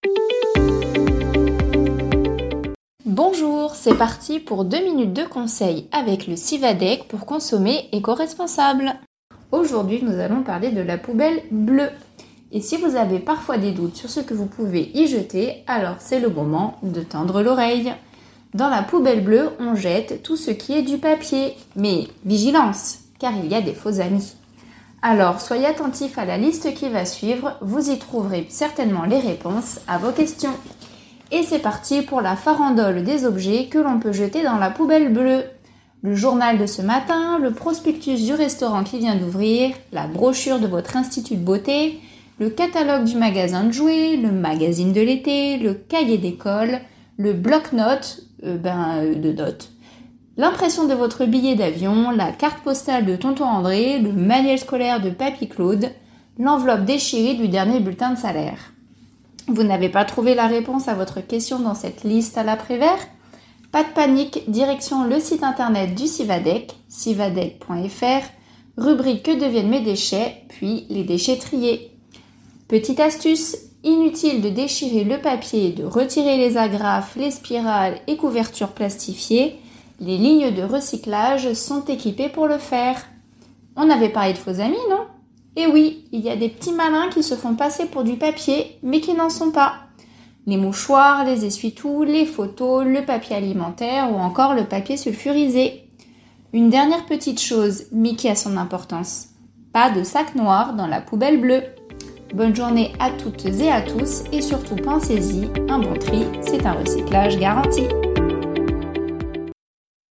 Bonjour, c'est parti pour 2 minutes de conseils avec le Civadec pour consommer éco-responsable. Aujourd'hui, nous allons parler de la poubelle bleue. Et si vous avez parfois des doutes sur ce que vous pouvez y jeter, alors c'est le moment de tendre l'oreille. Dans la poubelle bleue, on jette tout ce qui est du papier. Mais vigilance, car il y a des faux amis. Alors, soyez attentifs à la liste qui va suivre, vous y trouverez certainement les réponses à vos questions. Et c'est parti pour la farandole des objets que l'on peut jeter dans la poubelle bleue. Le journal de ce matin, le prospectus du restaurant qui vient d'ouvrir, la brochure de votre institut de beauté, le catalogue du magasin de jouets, le magazine de l'été, le cahier d'école, le bloc-notes, de notes, l'impression de votre billet d'avion, la carte postale de tonton André, le manuel scolaire de Papy Claude, l'enveloppe déchirée du dernier bulletin de salaire. Vous n'avez pas trouvé la réponse à votre question dans cette liste à l'après-vert ? Pas de panique, direction le site internet du Civadec, civadec.fr, rubrique Que deviennent mes déchets, puis les déchets triés. Petite astuce, inutile de déchirer le papier, de retirer les agrafes, les spirales et couvertures plastifiées, les lignes de recyclage sont équipées pour le faire. On avait parlé de faux amis, non ? Eh oui, il y a des petits malins qui se font passer pour du papier, mais qui n'en sont pas. Les mouchoirs, les essuie-tout, les photos, le papier alimentaire ou encore le papier sulfurisé. Une dernière petite chose, mais qui a son importance. Pas de sac noir dans la poubelle bleue. Bonne journée à toutes et à tous et surtout pensez-y, un bon tri, c'est un recyclage garanti.